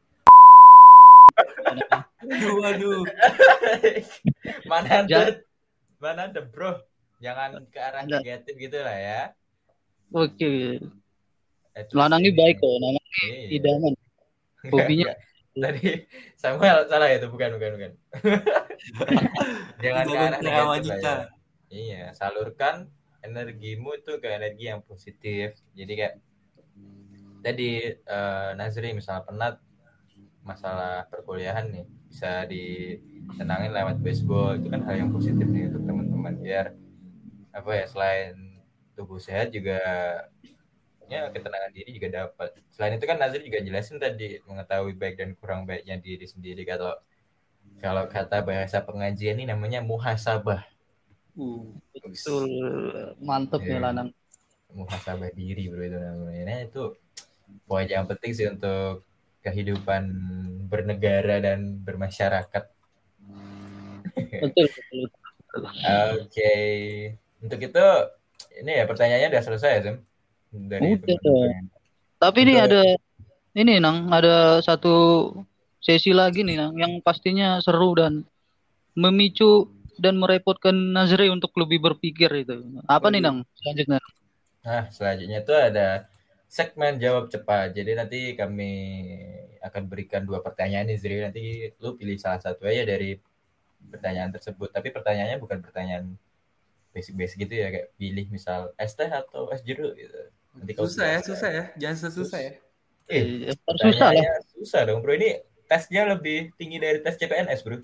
Waduh, waduh. Mana ada, Jangan mana ada, bro. Jangan ke arah ada. negatif gitu lah ya. Oke, At least Lanang ini ini. baik kok, Lanang Iya. idaman. Enggak, Hobinya enggak. Tadi Samuel salah ya itu, bukan, bukan, bukan. Jangan ke Idaman arah para negatif lah wanita. ya. Iya, salurkan energimu itu ke energi yang positif. Jadi kayak tadi eh, Nazri misalnya penat masalah perkuliahan nih, bisa ditenangin lewat baseball. Itu kan hal yang positif nih untuk teman-teman, biar apa ya, selain tubuh sehat juga ya ketenangan diri juga dapat. Selain itu kan Nazri juga jelasin tadi mengetahui baik dan kurang baiknya diri sendiri. Kalau kalau kata bahasa pengajian ini namanya muhasabah. Uh. betul mantep nih Ya, Lanang. muhasabah diri bro itu namanya. Nah, itu poin yang penting sih untuk kehidupan bernegara dan bermasyarakat. Betul, betul, betul. Oke, okay. Untuk itu ini ya pertanyaannya udah selesai ya Zem dari Udah teman-teman dong. yang Tapi ini untuk ada ini Nang, ada satu sesi lagi nih Nang yang pastinya seru dan memicu dan merepotkan Nazri untuk lebih berpikir itu. Apa nih Waduh. Nang selanjutnya? nah selanjutnya itu ada segmen jawab cepat. Jadi nanti kami akan berikan dua pertanyaan nih Zri. Nanti lu pilih salah satu aja dari pertanyaan tersebut. Tapi pertanyaannya bukan pertanyaan basic-basic gitu ya, kayak pilih misal es teh atau es jeruk gitu. Nanti kau Susah ya, jelaskan. susah ya. Jangan susah ya. Eh, Eh, susah lah. pertanyaannya susah dong bro. Ini tesnya lebih tinggi dari tes C P N S bro.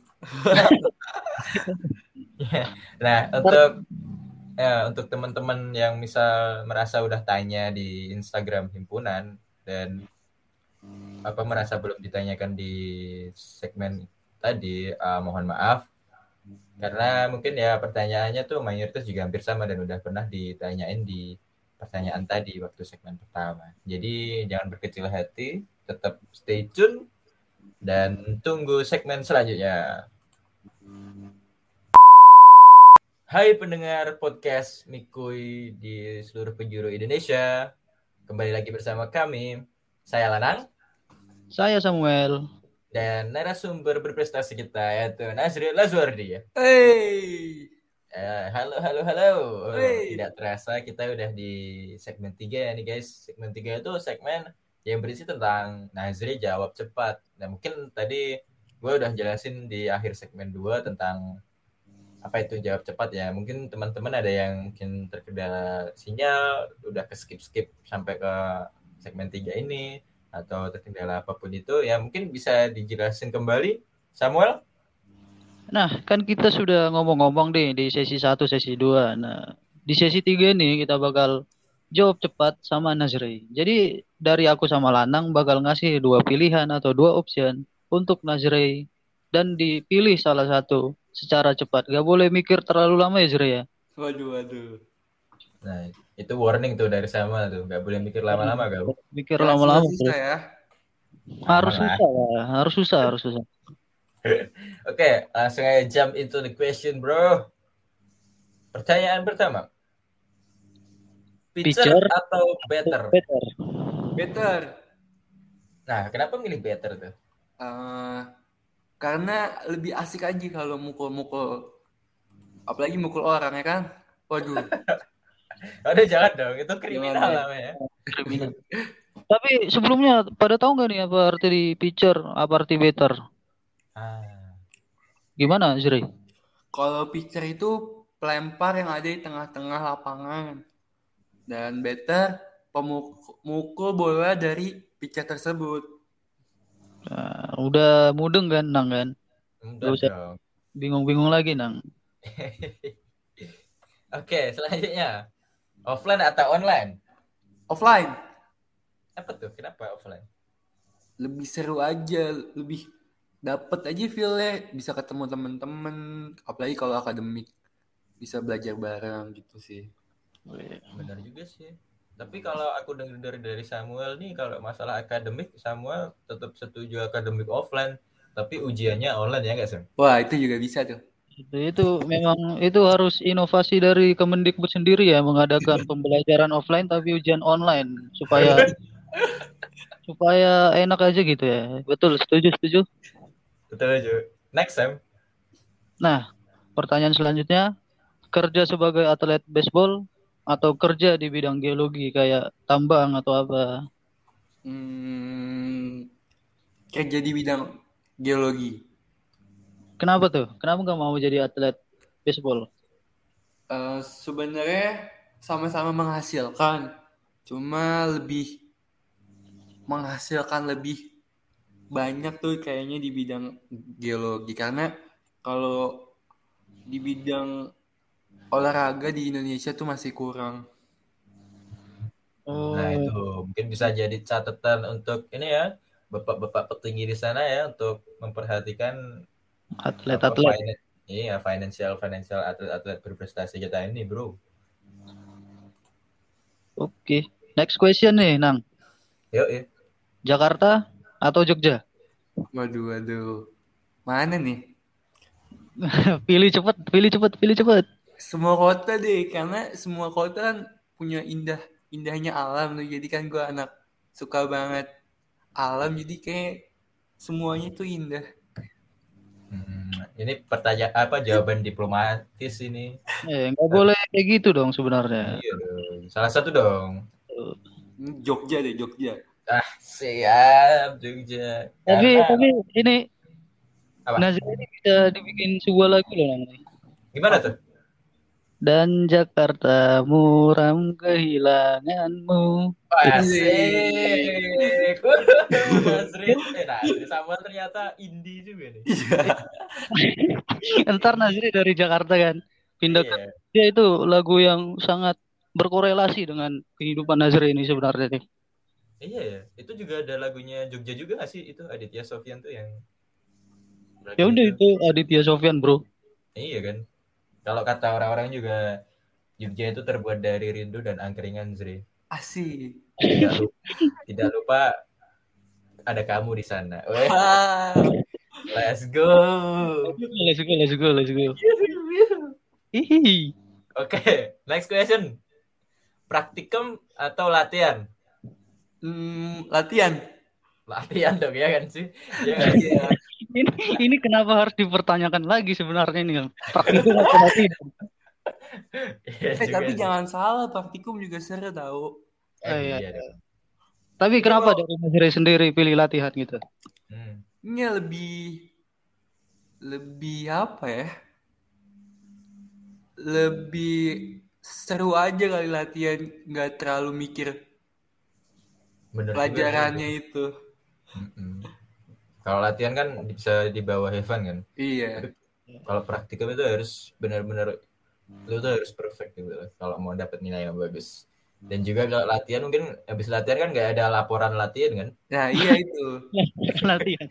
Nah untuk ya, untuk teman-teman yang misal merasa udah tanya di Instagram himpunan dan apa merasa belum ditanyakan di segmen tadi, uh, mohon maaf karena mungkin ya pertanyaannya tuh mayoritas juga hampir sama dan udah pernah ditanyain di pertanyaan tadi waktu segmen pertama. Jadi jangan berkecil hati, tetap stay tune dan tunggu segmen selanjutnya. Hai pendengar podcast Mikuy di seluruh penjuru Indonesia. Kembali lagi bersama kami. Saya Lanang. Saya Samuel. Dan narasumber berprestasi kita yaitu Nazri Lazuardi ya. Hey. Eh, halo, halo, halo. Oh, Hey. tidak terasa kita udah di segmen tiga ya nih guys. Segmen tiga itu segmen yang berisi tentang Nazri jawab cepat. Nah mungkin tadi gue udah jelasin di akhir segmen dua tentang apa itu jawab cepat ya. Mungkin teman-teman ada yang mungkin terkendala sinyal, udah ke skip-skip sampai ke segmen tiga ini, atau terkendala apapun itu, ya mungkin bisa dijelasin kembali, Samuel? Nah, kan kita sudah ngomong-ngomong deh di sesi satu, sesi dua. Nah, di sesi tiga nih kita bakal jawab cepat sama Nazri. Jadi dari aku sama Lanang bakal ngasih dua pilihan atau dua option untuk Nazri dan dipilih salah satu secara cepat. Gak boleh mikir terlalu lama ya Zri ya. Waduh, waduh. Nah, itu warning tuh dari sama tuh. Gak boleh mikir lama-lama kau. Mikir Jangan lama-lama. susah-susah Bro. ya. Harus Aman lah. susah lah. Harus susah, harus susah. Oke, langsung aja jump into the question, bro. Pertanyaan pertama. Pitcher, Pitcher atau batter? Better. Better. Nah, kenapa milih batter tuh? Eh, karena lebih asik aja kalau mukul-mukul. Apalagi mukul orang ya kan. Waduh. Aduh, jangan dong. Itu kriminal Jangan, ya. namanya. Kriminal. Tapi sebelumnya pada tahu nggak nih apa arti di pitcher, apa arti batter? Ah. Gimana Zri? Kalau pitcher itu pelempar yang ada di tengah-tengah lapangan. Dan batter pemukul bola dari pitcher tersebut. Nah, udah mudeng kan Nang kan? Udah Gak usah dong. bingung-bingung lagi Nang. Oke, selanjutnya. Offline atau online? Offline. Apa tuh? Kenapa offline? Lebih seru aja, lebih dapet aja feel-nya, bisa ketemu temen-temen, apalagi kalau akademik bisa belajar bareng gitu sih. Benar juga sih. Tapi kalau aku dengar dari dari Samuel nih, kalau masalah akademik, Samuel tetap setuju akademik offline, tapi ujiannya online ya nggak sih? Wah, itu juga bisa tuh. Itu, itu memang itu harus inovasi dari Kemendikbud sendiri ya, mengadakan pembelajaran offline tapi ujian online supaya supaya enak aja gitu ya. Betul, setuju, setuju. Betul aja. Next Sam. Nah, pertanyaan selanjutnya, kerja sebagai atlet baseball atau kerja di bidang geologi kayak tambang atau apa? Hmm, kerja di bidang geologi. Kenapa tuh? Kenapa nggak mau jadi atlet baseball? Uh, sebenarnya sama-sama menghasilkan, cuma lebih menghasilkan lebih banyak tuh kayaknya di bidang geologi, karena kalau di bidang olahraga di Indonesia tuh masih kurang. Oh, Nah itu mungkin bisa jadi catatan untuk ini ya, bapak-bapak petinggi di sana ya, untuk memperhatikan apa atlet-atlet. finance, iya financial financial atlet-atlet berprestasi kita ini, bro. Oke, next question nih, Nang. Yuk, yuk. Jakarta atau Jogja? Waduh, waduh. Mana nih? Pilih cepet, pilih cepet, pilih cepet. Semua kota deh, karena semua kota kan punya indah indahnya alam tuh. Jadi kan gue anak suka banget alam, jadi kayak semuanya tuh indah. Hmm, ini pertanyaan apa jawaban diplomatis ini? Eh, nggak boleh kayak gitu dong sebenarnya. Iya dong. Salah satu dong. Jogja deh, Jogja. Ah, siap Jogja. Tapi Karena tapi ini apa? Nazir ini bisa dibikin sebuah lagu loh namanya. Gimana tuh? Dan Jakarta muram kehilanganmu. Asik. Nasri, eh Nasri sama ternyata indie juga nih. Ntar Nazri dari Jakarta kan pindah ke Iya. dia, itu lagu yang sangat berkorelasi dengan kehidupan Nazri ini sebenarnya nih. Iya ya, itu juga ada lagunya Jogja juga gak sih? Itu Aditya Sofyan tuh yang Ya udah itu Aditya Sofyan, bro. Iya kan. Kalau kata orang-orang juga Jogja itu terbuat dari rindu dan angkringan, Zri. Asik. Tidak lupa, tidak lupa ada kamu di sana. Weh. Let's go. Let's go, let's go, let's go. Hihi. Oke, okay, next question. Praktikum atau latihan? Hmm, latihan. Latihan dong ya kan sih? Ya, ya. ini ini kenapa harus dipertanyakan lagi sebenarnya ini kan? Praktikum atau latihan? Ya, eh tapi sih. Jangan salah, praktikum juga seru tau. Eh, oh, iya, iya. Tapi jadi kenapa kalau... dari Nazri sendiri pilih latihan gitu? Hmm. Ini lebih lebih apa ya? Lebih seru aja kali latihan, nggak terlalu mikir bener pelajarannya juga, itu. Mm-mm. Kalau latihan kan bisa di bawah Heaven kan. Iya. Tapi kalau praktikum itu harus benar-benar lu tuh harus perfect gitu loh kalau mau dapat nilai yang bagus. Dan juga kalau latihan mungkin habis latihan kan nggak ada laporan latihan kan? Nah iya itu. Latihan.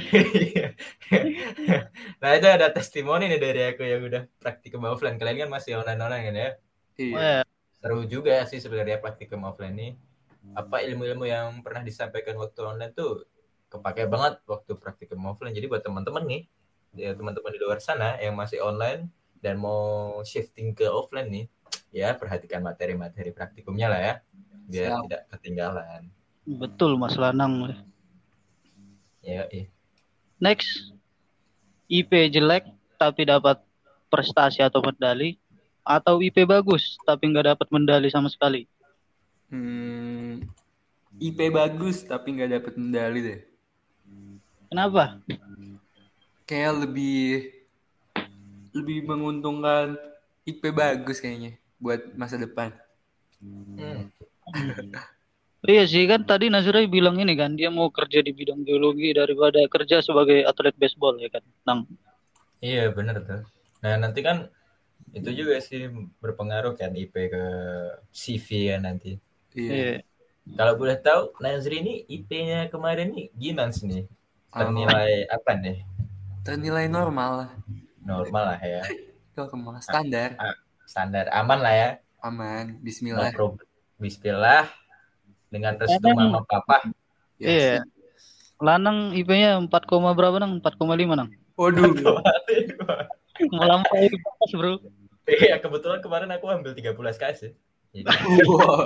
Nah itu ada testimoni nih dari aku yang udah praktikum offline. Kalian kan masih online-online kan ya? Iya. Eh, Seru juga sih sebenarnya praktikum offline ini. Apa ilmu-ilmu yang pernah disampaikan waktu online tuh kepake banget waktu praktikum offline. Jadi buat teman-teman nih, ya teman-teman di luar sana yang masih online dan mau shifting ke offline nih, ya perhatikan materi-materi praktikumnya lah ya, biar Siap. tidak ketinggalan. betul Mas Lanang. Ya, iya. Next, I P jelek tapi dapat prestasi atau medali, atau I P bagus tapi nggak dapat medali sama sekali. Hmm, I P bagus tapi nggak dapet medali deh. Kenapa? Kayak lebih lebih menguntungkan I P bagus kayaknya buat masa depan. Hmm. Iya sih kan tadi Nazira bilang ini kan dia mau kerja di bidang geologi daripada kerja sebagai atlet baseball ya kan. Nang. Iya benar tuh. Nah nanti kan itu juga sih berpengaruh kan I P ke C V ya nanti. Iya. Iya. Kalau boleh tahu Nazri ini I P-nya kemarin nih gimana sih nih? Ternilai apa nih? Ternilai normal lah. Normal lah ya. Normal standar. Ah, standar aman lah ya. Aman. No Bismillah. problem. Bismillah. Dengan restu Emang- mama papa. Iya. Lanang I P-nya empat, berapa nang? empat koma lima nang. Waduh. Melampaui batas, Bro. Iya, kebetulan kemarin aku ambil tiga belas S K S ya. Jadi, Wow.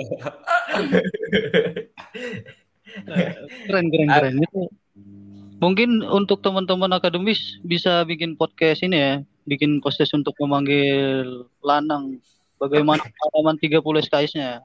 Keren keren keren itu. Mungkin untuk teman-teman akademis bisa bikin podcast ini ya, bikin podcast untuk memanggil Lanang. Bagaimana pengalaman tiga puluh S K S-nya?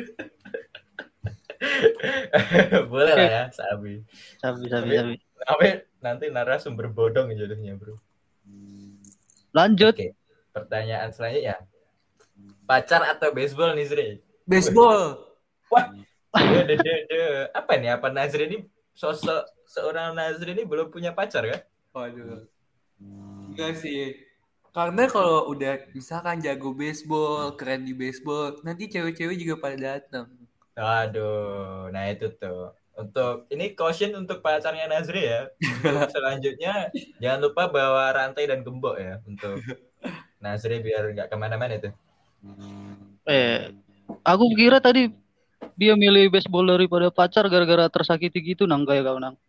boleh lah ya, Sabi. Sabi sabi Tapi- sabi. Tapi nanti narasumber bodong jadinya, Bro. Lanjut. Oke, pertanyaan selanjutnya. Pacar atau baseball nih, Zri? Baseball. Wah, de, de, de, de. Apa nih? Apa Nazri ini sosok seorang Nazri ini belum punya pacar kan? Waduh. Enggak sih. Karena kalau udah misalkan jago baseball, keren di baseball, nanti cewek-cewek juga pada datang. Aduh, nah itu tuh. Untuk ini caution untuk pacarnya Nazri ya. Untuk selanjutnya jangan lupa bawa rantai dan gembok ya untuk Nazri biar nggak kemana-mana itu. Eh, aku kira tadi dia milih baseball daripada pacar gara-gara tersakiti gitu nang kayak kau nang.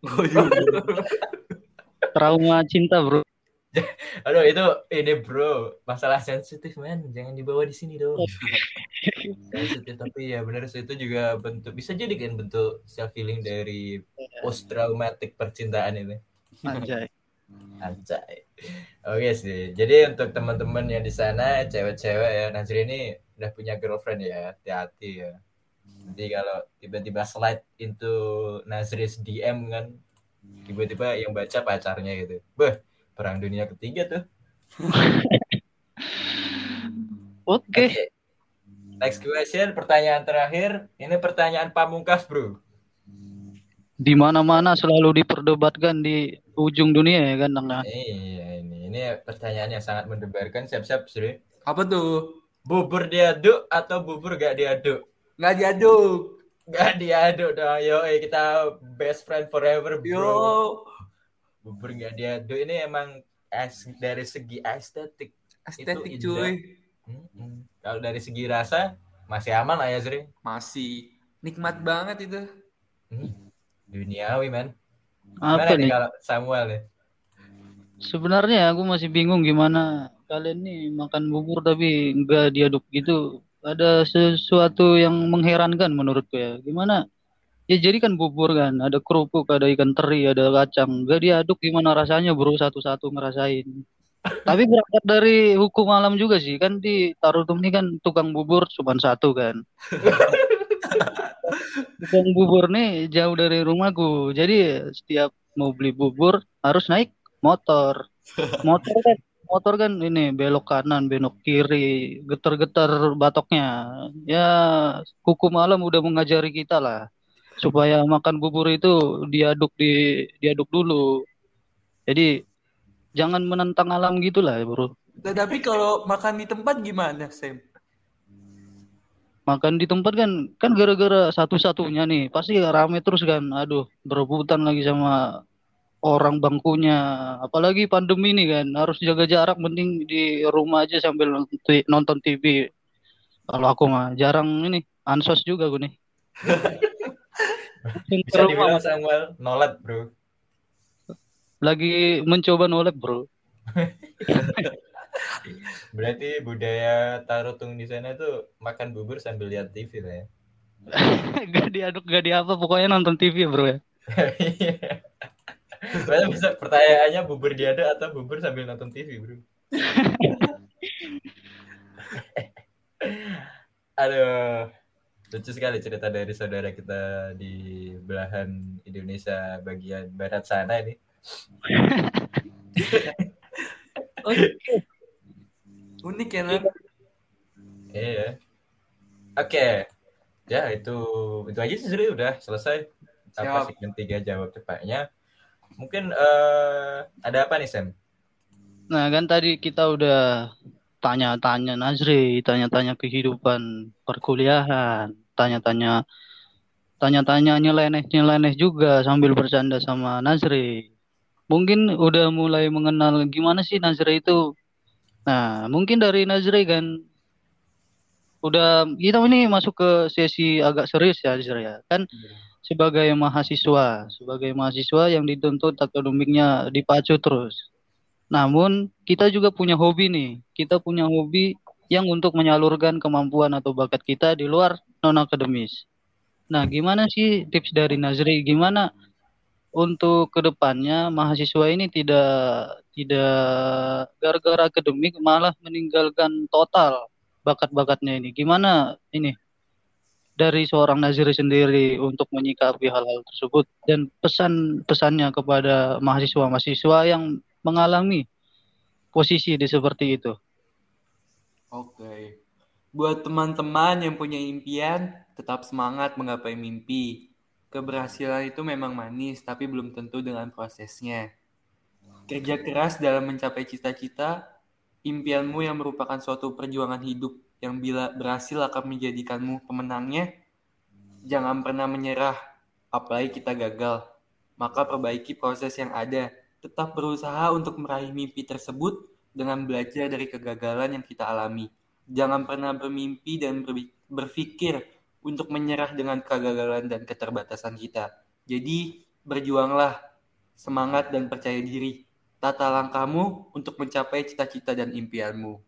Trauma cinta, Bro. Aduh itu ini bro masalah sensitif men, jangan dibawa di sini dong. Sensitif tapi ya benar itu juga bentuk bisa jadi kan bentuk self healing dari post traumatic percintaan ini. Anjay. Anjay. Oke sih. Jadi untuk teman-teman yang di sana cewek-cewek ya, Nazri ini udah punya girlfriend ya, hati-hati ya. Jadi kalau tiba-tiba slide into Nazri's D M kan, tiba-tiba yang baca pacarnya gitu. Beh, perang dunia ketiga tuh. Oke. Oke. Next question, pertanyaan terakhir. Ini pertanyaan pamungkas, bro. Di mana-mana selalu diperdebatkan di ujung dunia ya kan nang. Iya, ini ini pertanyaan yang sangat mendebarkan. Siap-siap, Sri. Apa tuh? Bubur diaduk atau bubur gak diaduk? Nggak diaduk. Gak diaduk dong. Yo, eh, kita best friend forever, bro. Yo. Bubur gak diaduk ini emang es, dari segi estetik. Estetik Itu indah. cuy. Hmm, kalau dari segi rasa masih aman lah ya, Sri. Masih nikmat banget itu. Hmm, duniawi, man. Apa Gimana nih nih? kalau Samuel nih? Sebenarnya aku masih bingung gimana kalian nih makan bubur tapi enggak diaduk gitu. Ada sesuatu yang mengherankan menurutku ya. Gimana? Ya jadi kan bubur kan, ada kerupuk, ada ikan teri, ada kacang. Enggak diaduk gimana rasanya bro satu-satu ngerasain. Tapi berangkat dari hukum alam juga sih. Kan di Tarutung ini kan tukang bubur cuma satu kan. Tukang bubur nih jauh dari rumahku. Jadi setiap mau beli bubur harus naik motor. Motor kan motor kan ini belok kanan, belok kiri, getar-getar batoknya. Ya hukum alam udah mengajari kita lah supaya makan bubur itu diaduk di diaduk dulu. Jadi jangan menentang alam gitulah, bro. Nah, tapi kalau makan di tempat gimana, Sam? Makan di tempat kan kan gara-gara satu-satunya nih pasti rame terus kan. Aduh, berebutan lagi sama orang bangkunya. Apalagi pandemi ini kan harus jaga jarak, mending di rumah aja sambil nonton nonton T V. Kalau aku mah jarang ini ansos juga gue nih. Langsung ke Bisa rumah dibilang Mas. Samuel nolak, bro. Lagi mencoba nolep bro. Berarti budaya tarutung di sana tuh makan bubur sambil lihat T V lah ya. Gak diaduk gak di apa, pokoknya nonton T V bro ya. Padahal bisa pertanyaannya bubur diaduk atau bubur sambil nonton T V, bro. Aduh, lucu sekali cerita dari saudara kita di belahan Indonesia bagian barat sana ini. Oke. Unik ya, Nan? Iya. Oke. Ya, itu itu aja sih sebenarnya udah selesai. Apa Siap. segmen tiga jawab cepatnya. Mungkin eh, ada apa nih, Sam? Nah kan tadi kita udah tanya-tanya Nazri, tanya-tanya kehidupan perkuliahan, tanya-tanya tanya-tanya nyeleneh-nyeleneh juga sambil bercanda sama Nazri. Mungkin udah mulai mengenal gimana sih Nazri itu. Nah, mungkin dari Nazri kan udah kita ini masuk ke sesi agak serius ya Nazri ya. Kan sebagai mahasiswa, sebagai mahasiswa yang dituntut akademiknya dipacu terus. Namun kita juga punya hobi nih. Kita punya hobi yang untuk menyalurkan kemampuan atau bakat kita di luar non akademis. Nah, gimana sih tips dari Nazri? Gimana untuk kedepannya mahasiswa ini tidak tidak gara-gara akademik malah meninggalkan total bakat-bakatnya ini? Gimana ini dari seorang Nazri sendiri untuk menyikapi hal-hal tersebut dan pesan-pesannya kepada mahasiswa-mahasiswa yang mengalami posisi di seperti itu? Oke. Buat teman-teman yang punya impian, tetap semangat menggapai mimpi. Keberhasilan itu memang manis, tapi belum tentu dengan prosesnya. Kerja keras dalam mencapai cita-cita, impianmu yang merupakan suatu perjuangan hidup yang bila berhasil akan menjadikanmu pemenangnya. Jangan pernah menyerah, apalagi kita gagal. Maka perbaiki proses yang ada. Tetap berusaha untuk meraih mimpi tersebut dengan belajar dari kegagalan yang kita alami. Jangan pernah bermimpi dan berpikir untuk menyerah dengan kegagalan dan keterbatasan kita. Jadi, berjuanglah, semangat dan percaya diri. Tata langkahmu untuk mencapai cita-cita dan impianmu.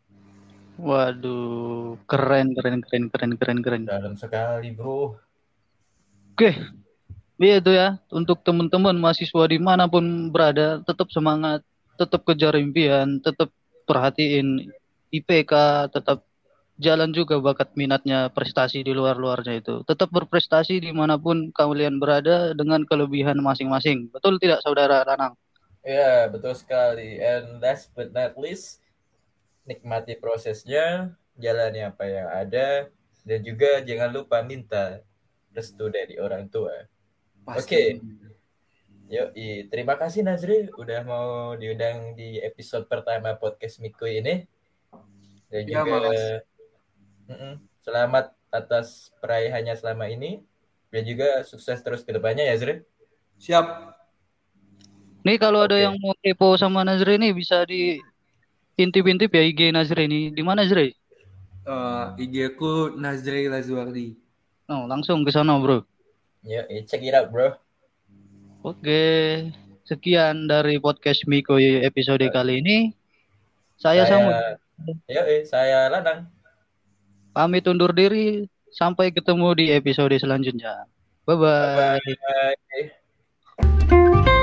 Waduh, keren, keren, keren, keren, keren, keren. Dalam sekali, bro. Oke, iya itu ya. Untuk teman-teman mahasiswa dimanapun berada, tetap semangat, tetap kejar impian, tetap perhatiin I P K, tetap jalan juga bakat minatnya, prestasi di luar-luarnya itu. Tetap berprestasi dimanapun kalian berada dengan kelebihan masing-masing. Betul tidak, Saudara Ranang? Ya, betul sekali. And last but not least, nikmati prosesnya, jalani apa yang ada, dan juga jangan lupa minta restu dari orang tua. Oke. Okay. Yoi, terima kasih Nazri udah mau diundang di episode pertama podcast Miko ini. Dan Ya, juga uh-uh, selamat atas perayaan selama ini. Dan juga sukses terus ke depannya ya, Zri. Siap. Nih kalau ada okay. yang mau kepo sama Nazri nih bisa di intip-intip ya I G Nazri ini. Di mana Nazri? Uh, I G aku Nazri Lazuardi. Oh, langsung ke sana, Bro. Ya, check it out, bro. Oke, sekian dari podcast Miko episode ya. Kali ini. Saya, saya Samu. Ya, saya Lanang. Pamit undur diri. Sampai ketemu di episode selanjutnya. Bye-bye. Bye-bye.